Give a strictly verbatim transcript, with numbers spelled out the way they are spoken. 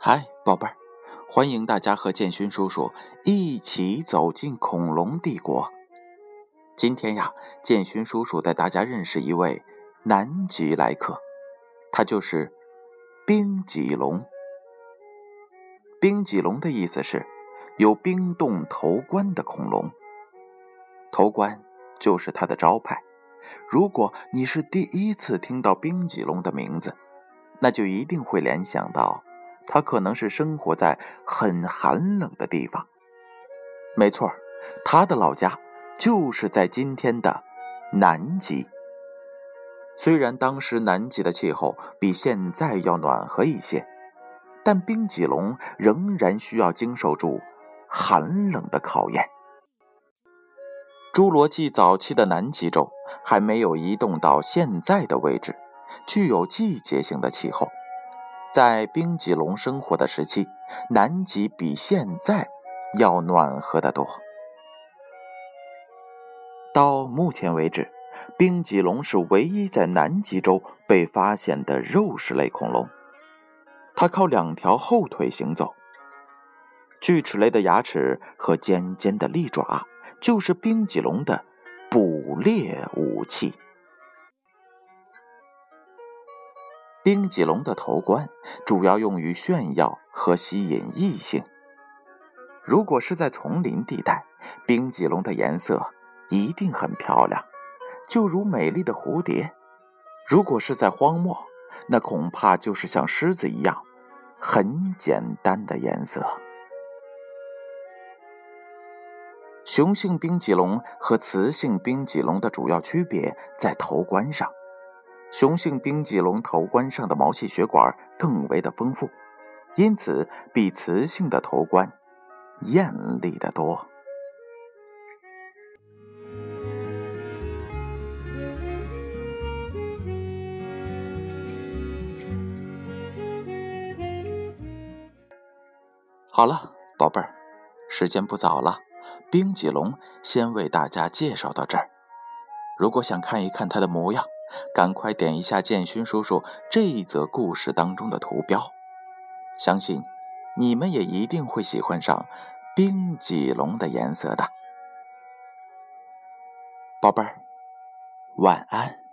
嗨，宝贝儿，欢迎大家和建勋叔叔一起走进恐龙帝国。今天呀，建勋叔叔带大家认识一位南极来客，他就是冰脊龙。冰脊龙的意思是有冰冻头冠的恐龙，头冠就是它的招牌。如果你是第一次听到冰脊龙的名字，那就一定会联想到它可能是生活在很寒冷的地方。没错，它的老家就是在今天的南极。虽然当时南极的气候比现在要暖和一些，但冰脊龙仍然需要经受住寒冷的考验。侏罗纪早期的南极洲还没有移动到现在的位置，具有季节性的气候。在冰脊龙生活的时期，南极比现在要暖和得多。到目前为止，冰脊龙是唯一在南极洲被发现的肉食类恐龙。它靠两条后腿行走，锯齿类的牙齿和尖尖的利爪就是冰脊龙的捕猎武器。冰脊龙的头冠主要用于炫耀和吸引异性。如果是在丛林地带，冰脊龙的颜色一定很漂亮，就如美丽的蝴蝶。如果是在荒漠，那恐怕就是像狮子一样很简单的颜色。雄性冰脊龙和雌性冰脊龙的主要区别在头冠上。雄性冰脊龙头冠上的毛细血管更为的丰富，因此比雌性的头冠艳丽得多。好了，宝贝儿，时间不早了，冰脊龙先为大家介绍到这儿。如果想看一看它的模样，赶快点一下建勋叔叔这一则故事当中的图标，相信你们也一定会喜欢上冰脊龙的颜色的。宝贝儿，晚安。